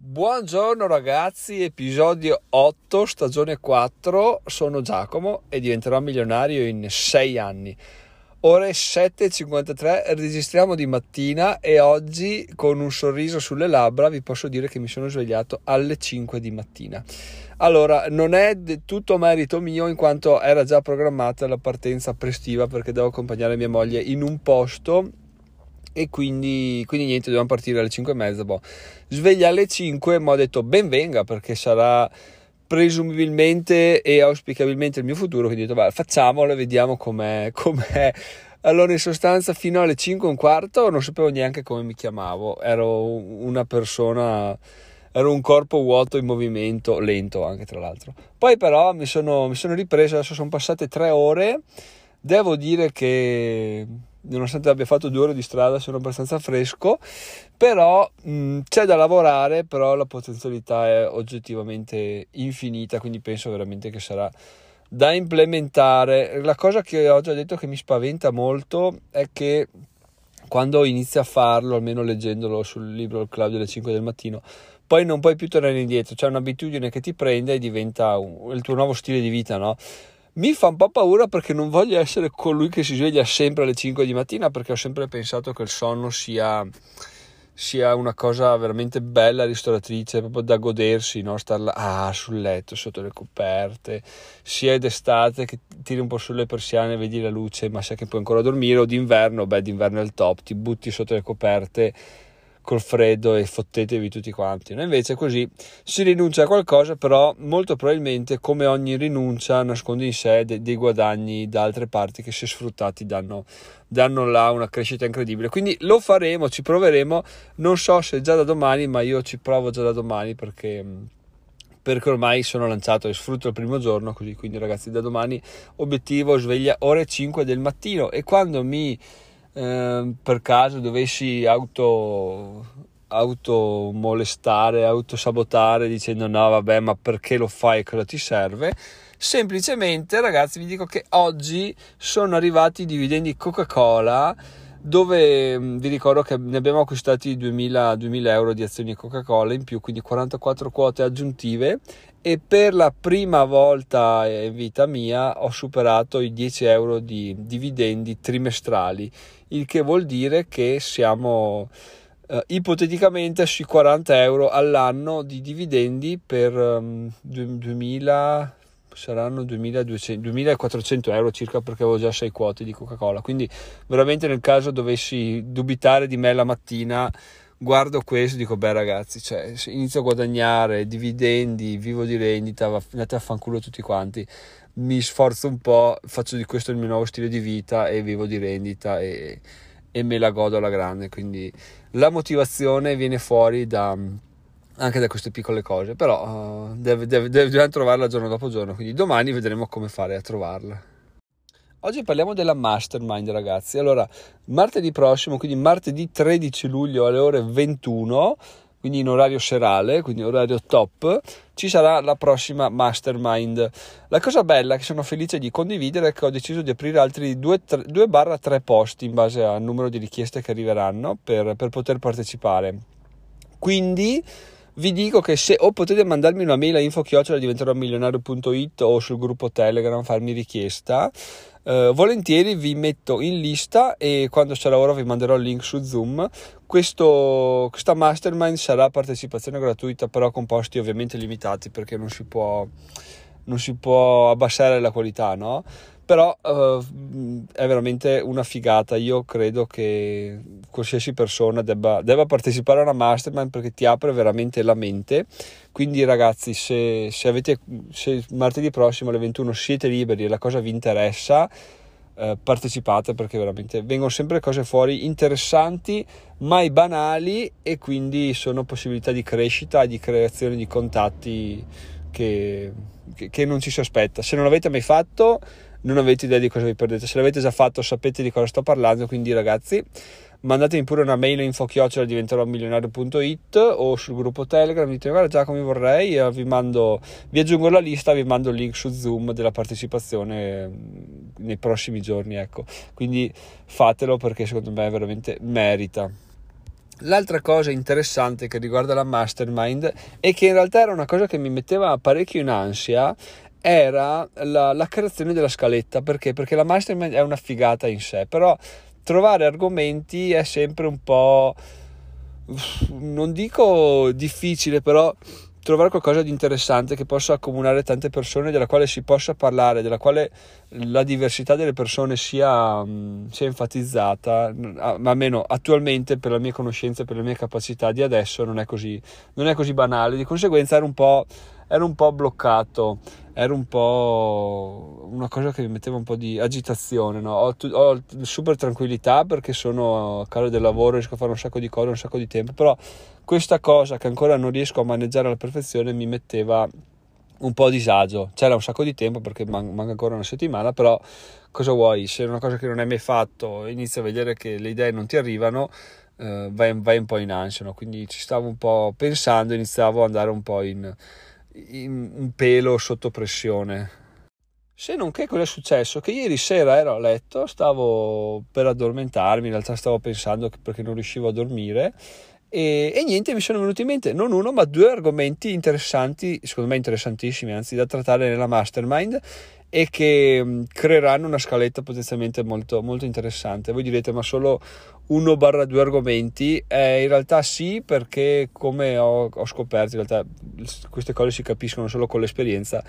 Buongiorno ragazzi, episodio 8, stagione 4, sono Giacomo e diventerò milionario in 6 anni. Ore 7:53, registriamo di mattina e oggi con un sorriso sulle labbra vi posso dire che mi sono svegliato alle 5 di mattina. Allora, non è tutto merito mio in quanto era già programmata la partenza prestiva perché devo accompagnare mia moglie in un posto e quindi niente, dobbiamo partire alle 5:30. Sveglia alle 5, ma ho detto ben venga perché sarà presumibilmente e auspicabilmente il mio futuro, quindi ho detto facciamolo e vediamo com'è. Allora in sostanza fino alle 5:15 non sapevo neanche come mi chiamavo, ero una persona, ero un corpo vuoto in movimento, lento anche tra l'altro. Poi però mi sono ripreso, adesso sono passate 3 ore, devo dire che nonostante abbia fatto 2 ore di strada sono abbastanza fresco, però c'è da lavorare, però la potenzialità è oggettivamente infinita, quindi penso veramente che sarà da implementare. La cosa che ho già detto che mi spaventa molto è che quando inizi a farlo, almeno leggendolo sul libro Il Club delle 5 del mattino, poi non puoi più tornare indietro, c'è un'abitudine che ti prende e diventa il tuo nuovo stile di vita, no? Mi fa un po' paura perché non voglio essere colui che si sveglia sempre alle 5 di mattina, perché ho sempre pensato che il sonno sia una cosa veramente bella, ristoratrice, proprio da godersi, no? Star là sul letto, sotto le coperte, sia d'estate che tiri un po' sulle persiane, vedi la luce, ma sai che puoi ancora dormire, o d'inverno, d'inverno è il top, ti butti sotto le coperte col freddo e fottetevi tutti quanti. No? Invece così si rinuncia a qualcosa, però molto probabilmente come ogni rinuncia nasconde in sé dei guadagni da altre parti che se sfruttati danno là una crescita incredibile. Quindi lo faremo, ci proveremo, non so se già da domani, ma io ci provo già da domani perché ormai sono lanciato e sfrutto il primo giorno così. Quindi ragazzi, da domani obiettivo sveglia ore 5 del mattino, e quando mi per caso dovessi automolestare, autosabotare dicendo no vabbè ma perché lo fai, cosa ti serve, semplicemente ragazzi vi dico che oggi sono arrivati i dividendi Coca-Cola, dove vi ricordo che ne abbiamo acquistati 2000 euro di azioni Coca-Cola in più, quindi 44 quote aggiuntive, e per la prima volta in vita mia ho superato i 10 euro di dividendi trimestrali, il che vuol dire che siamo ipoteticamente sui 40 euro all'anno di dividendi per 2000, saranno 2400 euro circa, perché avevo già 6 quote di Coca-Cola. Quindi veramente nel caso dovessi dubitare di me la mattina, guardo questo e dico ragazzi, cioè, se inizio a guadagnare dividendi, vivo di rendita, andate a fanculo tutti quanti, mi sforzo un po', faccio di questo il mio nuovo stile di vita e vivo di rendita e me la godo alla grande. Quindi la motivazione viene fuori anche da queste piccole cose, però dobbiamo trovarla giorno dopo giorno, quindi domani vedremo come fare a trovarla. Oggi parliamo della Mastermind ragazzi. Allora, martedì prossimo, quindi martedì 13 luglio alle ore 21, quindi in orario serale, quindi orario top, ci sarà la prossima Mastermind. La cosa bella che sono felice di condividere è che ho deciso di aprire altri 2-3 posti in base al numero di richieste che arriveranno per poter partecipare. Quindi vi dico che se o potete mandarmi una mail a info@diventeromilionario.it o sul gruppo Telegram farmi richiesta, volentieri vi metto in lista, e quando sarà ora vi manderò il link su Zoom. Questa mastermind sarà partecipazione gratuita, però con posti ovviamente limitati perché non si può abbassare la qualità, no? Però è veramente una figata. Io credo che qualsiasi persona debba partecipare a una mastermind perché ti apre veramente la mente. Quindi ragazzi, se martedì prossimo alle 21 siete liberi e la cosa vi interessa, partecipate, perché veramente vengono sempre cose fuori interessanti, mai banali, e quindi sono possibilità di crescita, di creazione di contatti che non ci si aspetta. Se non l'avete mai fatto non avete idea di cosa vi perdete, se l'avete già fatto sapete di cosa sto parlando. Quindi ragazzi, mandatemi pure una mail info@diventeromilionario.it o sul gruppo Telegram, dite guarda Giacomo vorrei, vi aggiungo la lista, vi mando il link su Zoom della partecipazione nei prossimi giorni, ecco. Quindi fatelo perché secondo me veramente merita. L'altra cosa interessante che riguarda la mastermind e che in realtà era una cosa che mi metteva parecchio in ansia era la creazione della scaletta. Perché la mastermind è una figata in sé, però trovare argomenti è sempre un po', non dico difficile, però trovare qualcosa di interessante che possa accomunare tante persone, della quale si possa parlare, della quale la diversità delle persone sia enfatizzata, ma almeno attualmente, per la mia conoscenza e per le mie capacità di adesso, non è così banale. Di conseguenza ero un po' bloccato, era un po' una cosa che mi metteva un po' di agitazione, no? Ho super tranquillità perché sono a casa del lavoro, riesco a fare un sacco di cose, un sacco di tempo, però questa cosa che ancora non riesco a maneggiare alla perfezione mi metteva un po' a disagio. C'era un sacco di tempo perché manca ancora una settimana, però cosa vuoi? Se è una cosa che non hai mai fatto, inizi a vedere che le idee non ti arrivano, vai un po' in ansia, no? Quindi ci stavo un po' pensando, iniziavo ad andare un po' in un pelo sotto pressione. Se non che cosa è successo? Che ieri sera ero a letto, stavo per addormentarmi, in realtà stavo pensando perché non riuscivo a dormire e niente, mi sono venuti in mente non uno ma due argomenti interessanti, secondo me interessantissimi, anzi da trattare nella mastermind e che creeranno una scaletta potenzialmente molto, molto interessante. Voi direte ma solo 1/2 argomenti? In realtà sì, perché come ho scoperto, in realtà queste cose si capiscono solo con l'esperienza.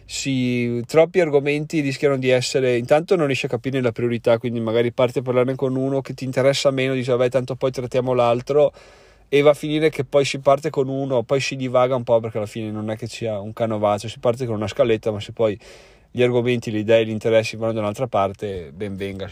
Troppi argomenti rischiano di essere, intanto non riesci a capire la priorità, quindi magari parti a parlarne con uno che ti interessa meno, dici vabbè tanto poi trattiamo l'altro e va a finire che poi si parte con uno, poi si divaga un po' perché alla fine non è che sia un canovaccio, si parte con una scaletta, ma se poi gli argomenti, le idee, gli interessi vanno da un'altra parte, ben venga,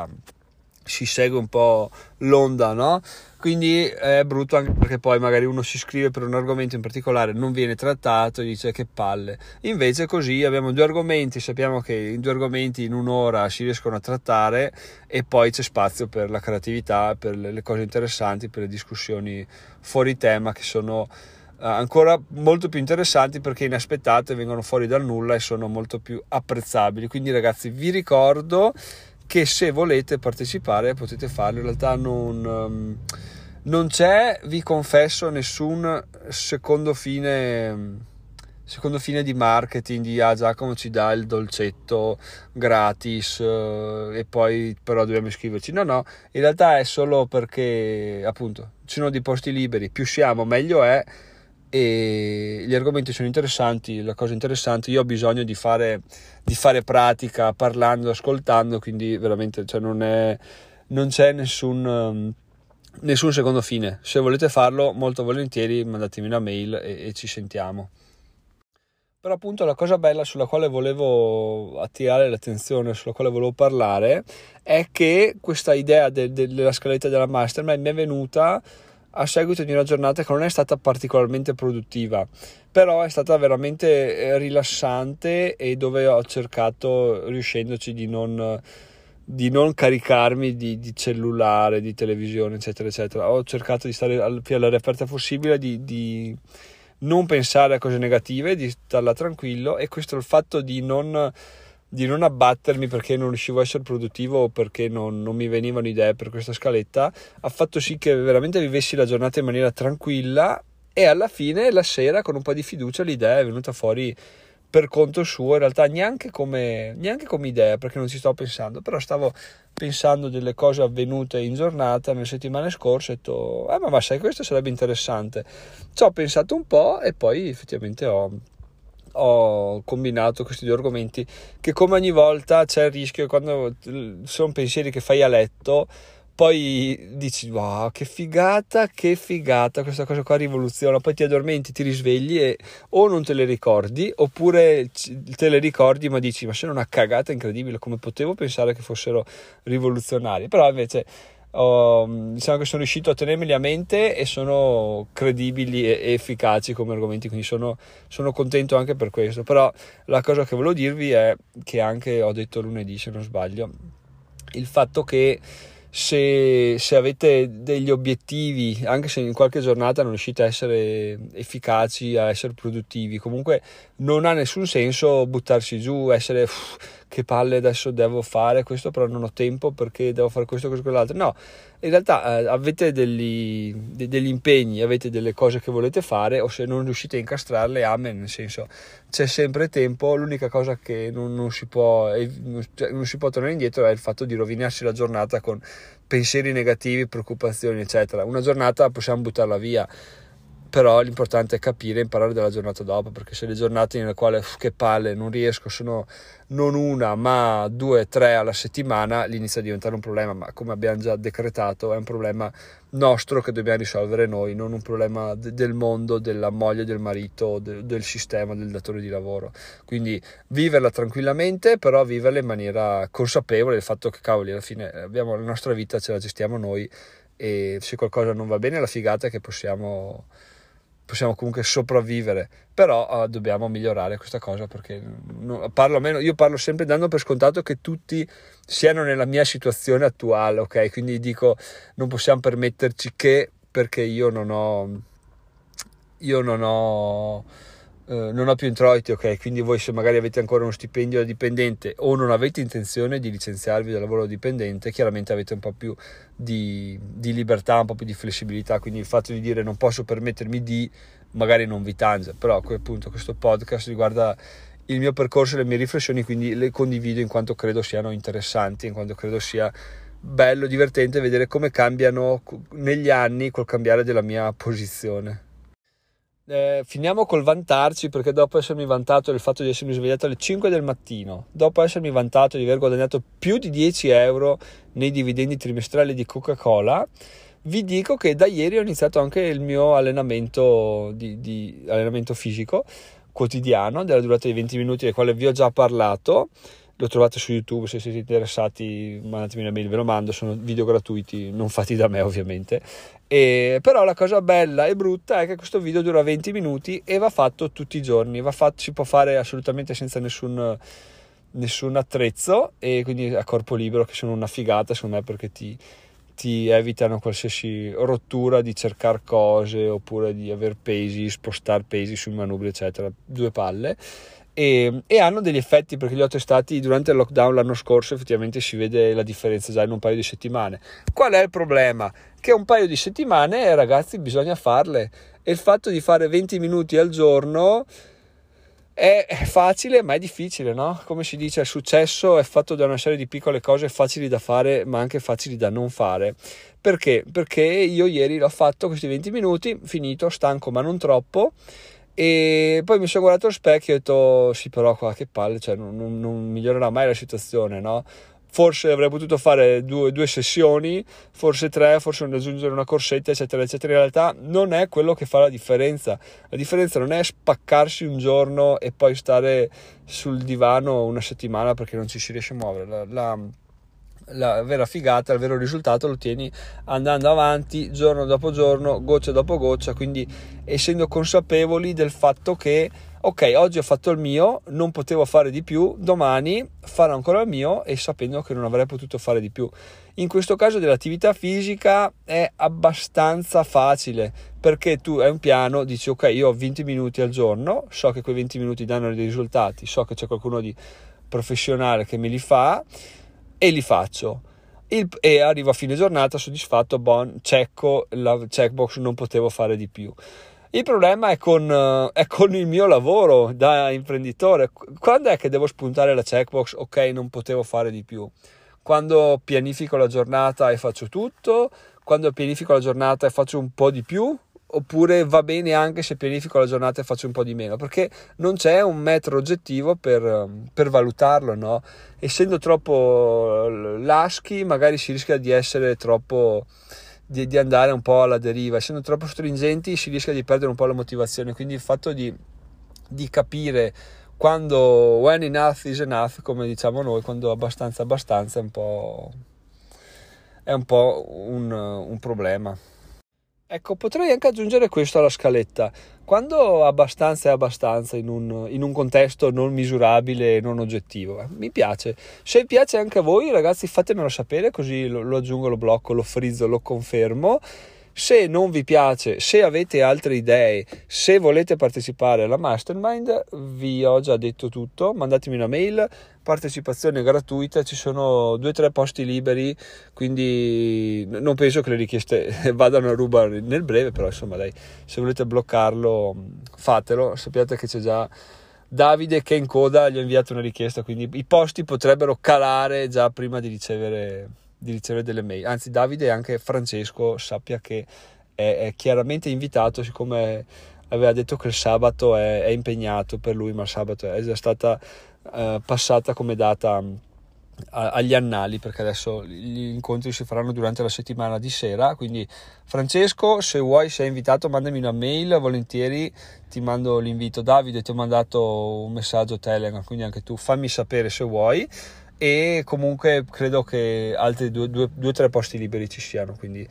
si segue un po' l'onda, no? Quindi è brutto anche perché poi magari uno si iscrive per un argomento in particolare, non viene trattato e dice che palle. Invece così abbiamo due argomenti, sappiamo che in due argomenti in un'ora si riescono a trattare e poi c'è spazio per la creatività, per le cose interessanti, per le discussioni fuori tema che sono ancora molto più interessanti perché inaspettate, vengono fuori dal nulla e sono molto più apprezzabili. Quindi ragazzi, vi ricordo che se volete partecipare potete farlo. In realtà non c'è, vi confesso, nessun secondo fine di marketing di Giacomo ci dà il dolcetto gratis e poi però dobbiamo iscriverci. No, in realtà è solo perché appunto ci sono dei posti liberi, più siamo meglio è, e gli argomenti sono interessanti, la cosa interessante, io ho bisogno di fare pratica parlando, ascoltando, quindi veramente cioè non c'è nessun secondo fine. Se volete farlo molto volentieri mandatemi una mail e ci sentiamo. Però appunto la cosa bella sulla quale volevo attirare l'attenzione, sulla quale volevo parlare, è che questa idea della scaletta della mastermind mi è venuta a seguito di una giornata che non è stata particolarmente produttiva, però è stata veramente rilassante e dove ho cercato, riuscendoci, di non caricarmi di cellulare, di televisione, eccetera, eccetera. Ho cercato di stare più all'aria aperta possibile, di non pensare a cose negative, di starla tranquillo, e questo, il fatto di non abbattermi perché non riuscivo a essere produttivo o perché non mi venivano idee per questa scaletta, ha fatto sì che veramente vivessi la giornata in maniera tranquilla e alla fine la sera con un po' di fiducia l'idea è venuta fuori per conto suo, in realtà neanche come idea perché non ci stavo pensando, però stavo pensando delle cose avvenute in giornata nelle settimane scorse e ho detto ma sai, questo sarebbe interessante. Ci ho pensato un po' e poi effettivamente ho combinato questi due argomenti, che come ogni volta c'è il rischio, quando sono pensieri che fai a letto, poi dici wow, che figata questa cosa qua, rivoluziona, poi ti addormenti, ti risvegli e o non te le ricordi oppure te le ricordi ma dici ma sono una cagata incredibile, come potevo pensare che fossero rivoluzionari. Però invece diciamo che sono riuscito a tenermeli a mente e sono credibili e efficaci come argomenti, quindi sono contento anche per questo. Però la cosa che volevo dirvi è che anche ho detto lunedì, se non sbaglio, il fatto che se avete degli obiettivi, anche se in qualche giornata non riuscite a essere efficaci, a essere produttivi, comunque non ha nessun senso buttarsi giù, essere che palle, adesso devo fare questo però non ho tempo perché devo fare questo, quell'altro. No, in realtà avete degli impegni, avete delle cose che volete fare, o se non riuscite a incastrarle, amen, nel senso c'è sempre tempo. L'unica cosa che non si può tornare indietro è il fatto di rovinarsi la giornata con pensieri negativi, preoccupazioni eccetera. Una giornata possiamo buttarla via, però l'importante è capire e imparare dalla giornata dopo, perché se le giornate nelle quali che palle, non riesco, sono non una ma 2, 3 alla settimana, lì inizia a diventare un problema, ma come abbiamo già decretato è un problema nostro che dobbiamo risolvere noi, non un problema del mondo, della moglie, del marito, del sistema, del datore di lavoro. Quindi viverla tranquillamente, però viverla in maniera consapevole del fatto che cavoli, alla fine abbiamo la nostra vita, ce la gestiamo noi, e se qualcosa non va bene la figata è che possiamo comunque sopravvivere, però dobbiamo migliorare questa cosa, perché io parlo sempre dando per scontato che tutti siano nella mia situazione attuale, ok? Quindi dico, non possiamo permetterci che perché io non ho più introiti, ok? Quindi voi, se magari avete ancora uno stipendio da dipendente o non avete intenzione di licenziarvi dal lavoro dipendente, chiaramente avete un po' più di libertà, un po' più di flessibilità, quindi il fatto di dire non posso permettermi di, magari non vi tange, però appunto questo podcast riguarda il mio percorso e le mie riflessioni, quindi le condivido in quanto credo siano interessanti, in quanto credo sia bello, divertente vedere come cambiano negli anni col cambiare della mia posizione. Finiamo col vantarci, perché dopo essermi vantato del fatto di essermi svegliato alle 5 del mattino, dopo essermi vantato di aver guadagnato più di 10 euro nei dividendi trimestrali di Coca-Cola, vi dico che da ieri ho iniziato anche il mio allenamento di allenamento fisico quotidiano della durata di 20 minuti, del quale vi ho già parlato. Lo trovate su YouTube, se siete interessati mandatemi una mail, ve lo mando, sono video gratuiti, non fatti da me ovviamente. Però la cosa bella e brutta è che questo video dura 20 minuti e va fatto tutti i giorni, si può fare assolutamente senza nessun attrezzo, e quindi a corpo libero, che sono una figata secondo me, perché ti evitano qualsiasi rottura di cercare cose oppure di aver pesi, spostare pesi sui manubri eccetera, due palle. E hanno degli effetti, perché li ho testati durante il lockdown l'anno scorso, effettivamente si vede la differenza già in un paio di settimane. Qual è il problema? Che un paio di settimane, ragazzi, bisogna farle, e il fatto di fare 20 minuti al giorno è facile ma è difficile, no? Come si dice, il successo è fatto da una serie di piccole cose facili da fare ma anche facili da non fare. Perché? Perché io ieri l'ho fatto questi 20 minuti, finito, stanco ma non troppo, e poi mi sono guardato allo specchio e ho detto sì, però qua che palle, cioè non migliorerà mai la situazione, no? Forse avrei potuto fare due sessioni, forse 3, forse aggiungere una corsetta eccetera eccetera. In realtà non è quello che fa la differenza non è spaccarsi un giorno e poi stare sul divano una settimana perché non ci si riesce a muovere. La vera figata, il vero risultato lo ottieni andando avanti giorno dopo giorno, goccia dopo goccia, quindi essendo consapevoli del fatto che ok, oggi ho fatto il mio, non potevo fare di più, domani farò ancora il mio, e sapendo che non avrei potuto fare di più. In questo caso dell'attività fisica è abbastanza facile, perché tu hai un piano, dici ok, io ho 20 minuti al giorno, so che quei 20 minuti danno dei risultati, so che c'è qualcuno di professionale che me li fa e li faccio, e arrivo a fine giornata soddisfatto, checco la checkbox, non potevo fare di più. Il problema è con il mio lavoro da imprenditore. Quando è che devo spuntare la checkbox? Ok, non potevo fare di più. Quando pianifico la giornata e faccio tutto, quando pianifico la giornata e faccio un po' di più, oppure va bene anche se pianifico la giornata e faccio un po' di meno, perché non c'è un metro oggettivo per valutarlo, no? Essendo troppo laschi magari si rischia di essere troppo di andare un po' alla deriva, essendo troppo stringenti si rischia di perdere un po' la motivazione. Quindi il fatto di capire quando when enough is enough, come diciamo noi, quando abbastanza è un po' un problema. Ecco, potrei anche aggiungere questo alla scaletta: quando abbastanza è abbastanza in un contesto non misurabile e non oggettivo. Mi piace. Se piace anche a voi, ragazzi, fatemelo sapere, così lo aggiungo, lo blocco, lo frizzo, lo confermo. Se non vi piace, se avete altre idee, se volete partecipare alla mastermind, vi ho già detto tutto, mandatemi una mail, partecipazione gratuita, ci sono 2-3 posti liberi, quindi non penso che le richieste vadano a ruba nel breve, però insomma dai, se volete bloccarlo fatelo, sappiate che c'è già Davide che in coda gli ho inviato una richiesta, quindi i posti potrebbero calare già prima di ricevere delle mail. Anzi, Davide e anche Francesco sappia che è chiaramente invitato, siccome aveva detto che il sabato è impegnato per lui, ma il sabato è già stata passata come data agli annali, perché adesso gli incontri si faranno durante la settimana di sera. Quindi Francesco, se vuoi, sei invitato, mandami una mail, volentieri ti mando l'invito. Davide, ti ho mandato un messaggio Telegram, quindi anche tu fammi sapere se vuoi. E comunque credo che altri 2-3 posti liberi ci siano, quindi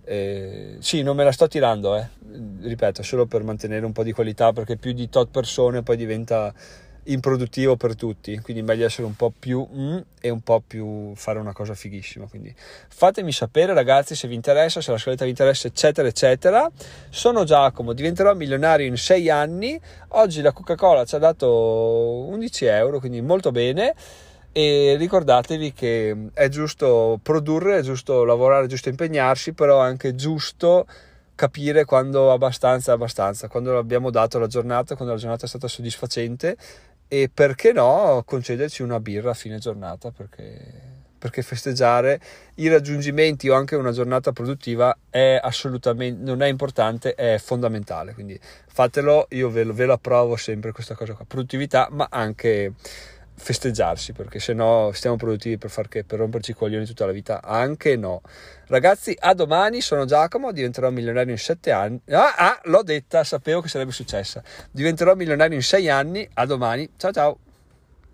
sì, non me la sto tirando, ripeto, solo per mantenere un po' di qualità, perché più di tot persone poi diventa improduttivo per tutti, quindi meglio essere un po' più e un po' più fare una cosa fighissima. Quindi fatemi sapere, ragazzi, se vi interessa, se la scaletta vi interessa, eccetera eccetera. Sono Giacomo, diventerò milionario in 6 anni. Oggi la Coca-Cola ci ha dato 11 euro, quindi molto bene. E ricordatevi che è giusto produrre, è giusto lavorare, è giusto impegnarsi, però è anche giusto capire quando abbastanza è abbastanza, quando abbiamo dato la giornata, quando la giornata è stata soddisfacente, e perché no concederci una birra a fine giornata, perché festeggiare i raggiungimenti o anche una giornata produttiva è assolutamente, non è importante, è fondamentale. Quindi fatelo, io ve lo approvo sempre questa cosa qua, produttività, ma anche festeggiarsi, perché se no stiamo produttivi per far che? Per romperci i coglioni tutta la vita? Anche no. Ragazzi, a domani. Sono Giacomo, diventerò milionario in 7 anni. L'ho detta, sapevo che sarebbe successa. Diventerò milionario in 6 anni. A domani, ciao ciao.